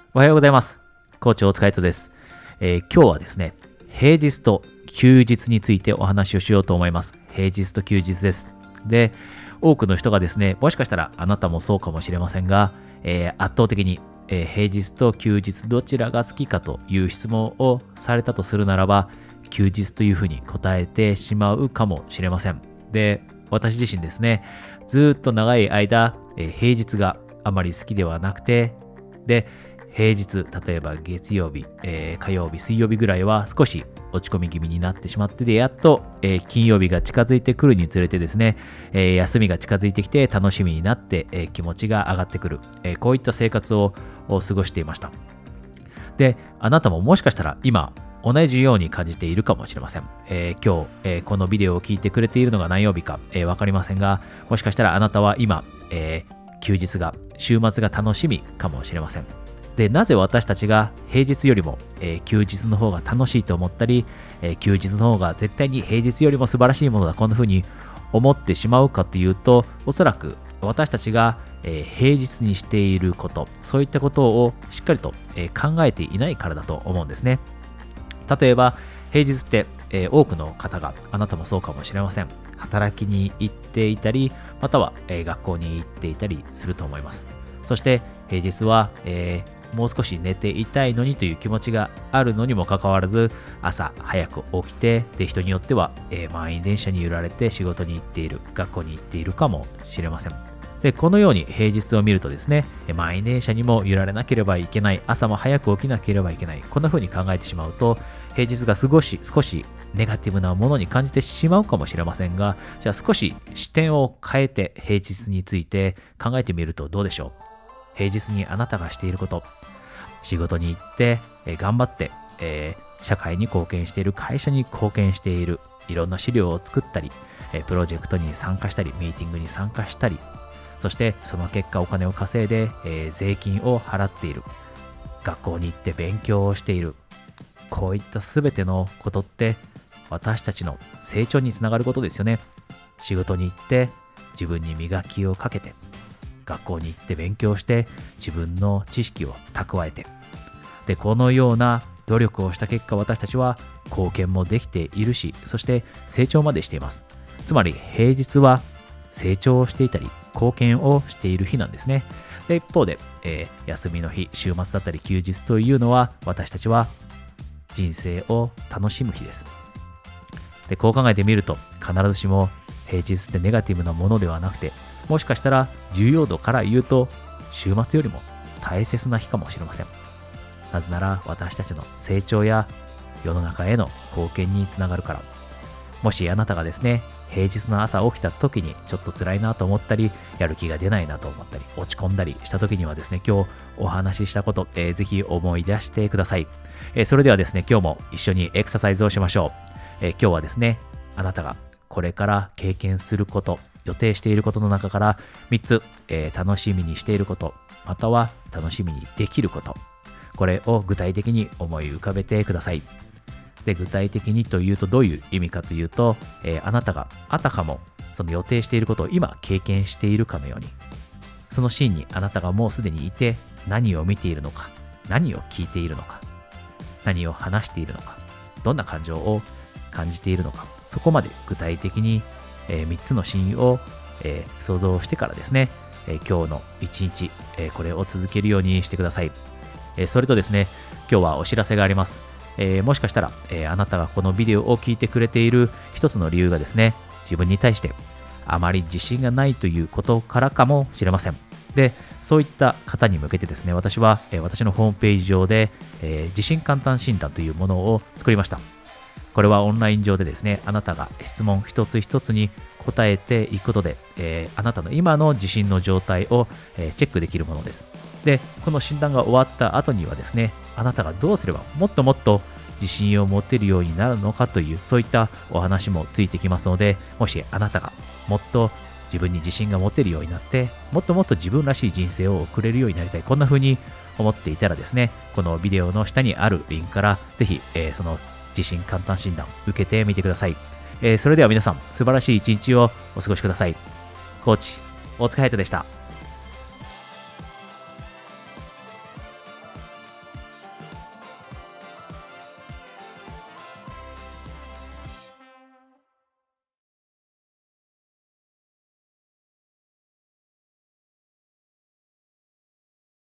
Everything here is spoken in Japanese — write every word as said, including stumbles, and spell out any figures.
おはようございます。コーチ大塚愛人です、えー。今日はですね、平日と休日についてお話をしようと思います。平日と休日です。で、多くの人がですね、もしかしたらあなたもそうかもしれませんが、えー、圧倒的に、えー、平日と休日どちらが好きかという質問をされたとするならば、休日というふうに答えてしまうかもしれません。で、私自身ですね、ずっと長い間、えー、平日があまり好きではなくて、で、平日、例えば月曜日、えー、火曜日、水曜日ぐらいは少し落ち込み気味になってしまってで、やっと、えー、金曜日が近づいてくるにつれてですね、えー、休みが近づいてきて楽しみになって、えー、気持ちが上がってくる、えー、こういった生活を過ごしていました。で、あなたももしかしたら今、同じように感じているかもしれません。えー、今日、えー、このビデオを聞いてくれているのが何曜日か、えー、わかりませんが、もしかしたらあなたは今、えー、休日が、週末が楽しみかもしれません。で、なぜ私たちが平日よりも、えー、休日の方が楽しいと思ったり、えー、休日の方が絶対に平日よりも素晴らしいものだ、こんな風に思ってしまうかというと、おそらく私たちが、えー、平日にしていること、そういったことをしっかりと、えー、考えていないからだと思うんですね。例えば、平日って、えー、多くの方が、あなたもそうかもしれません。働きに行っていたり、または、えー、学校に行っていたりすると思います。そして、平日は、えーもう少し寝ていたいのにという気持ちがあるのにもかかわらず、朝早く起きて、で、人によっては、えー、満員電車に揺られて仕事に行っている、学校に行っているかもしれません。で、このように平日を見るとですね、満員電車にも揺られなければいけない、朝も早く起きなければいけない、こんな風に考えてしまうと、平日が少し、少しネガティブなものに感じてしまうかもしれませんが、じゃあ少し視点を変えて平日について考えてみるとどうでしょう。平日にあなたがしていること、仕事に行って、えー、頑張って、えー、社会に貢献している、会社に貢献している、いろんな資料を作ったり、えー、プロジェクトに参加したり、ミーティングに参加したり、そしてその結果お金を稼いで、えー、税金を払っている、学校に行って勉強をしている、こういったすべてのことって私たちの成長につながることですよね。仕事に行って自分に磨きをかけて、学校に行って勉強して自分の知識を蓄えて、で、このような努力をした結果、私たちは貢献もできているし、そして成長までしています。つまり平日は成長をしていたり貢献をしている日なんですね。で、一方で、えー、休みの日、週末だったり休日というのは、私たちは人生を楽しむ日です。で、こう考えてみると、必ずしも平日ってネガティブなものではなくて、もしかしたら重要度から言うと週末よりも大切な日かもしれません。なぜなら私たちの成長や世の中への貢献につながるから。もしあなたがですね、平日の朝起きた時にちょっと辛いなと思ったり、やる気が出ないなと思ったり、落ち込んだりした時にはですね、今日お話ししたこと、えー、ぜひ思い出してください。えー、それではですね、今日も一緒にエクササイズをしましょう。えー、今日はですね、あなたがこれから経験すること、予定していることの中からみっつ、えー、楽しみにしていること、または楽しみにできること、これを具体的に思い浮かべてください。で、具体的にというとどういう意味かというと、えー、あなたがあたかもその予定していることを今経験しているかのように、そのシーンにあなたがもうすでにいて、何を見ているのか、何を聞いているのか、何を話しているのか、どんな感情を感じているのか、そこまで具体的にえー、みっつのシーンを、えー、想像してからですね、えー、今日のいちにち、えー、これを続けるようにしてください。えー、それとですね、今日はお知らせがあります。えー、もしかしたら、えー、あなたがこのビデオを聞いてくれている一つの理由がですね、自分に対してあまり自信がないということからかもしれません。で、そういった方に向けてですね、私は、えー、私のホームページ上で、えー、自信簡単診断というものを作りました。これはオンライン上でですね、あなたが質問一つ一つに答えていくことで、えー、あなたの今の自信の状態を、えー、チェックできるものです。で、この診断が終わった後にはですね、あなたがどうすればもっともっと自信を持てるようになるのかという、そういったお話もついてきますので、もしあなたがもっと自分に自信が持てるようになって、もっともっと自分らしい人生を送れるようになりたい、こんな風に思っていたらですね、このビデオの下にあるリンクからぜひ、えー、その自信簡単診断受けてみてください。えー、それでは皆さん、素晴らしい一日をお過ごしください。コーチ大塚隼人でした。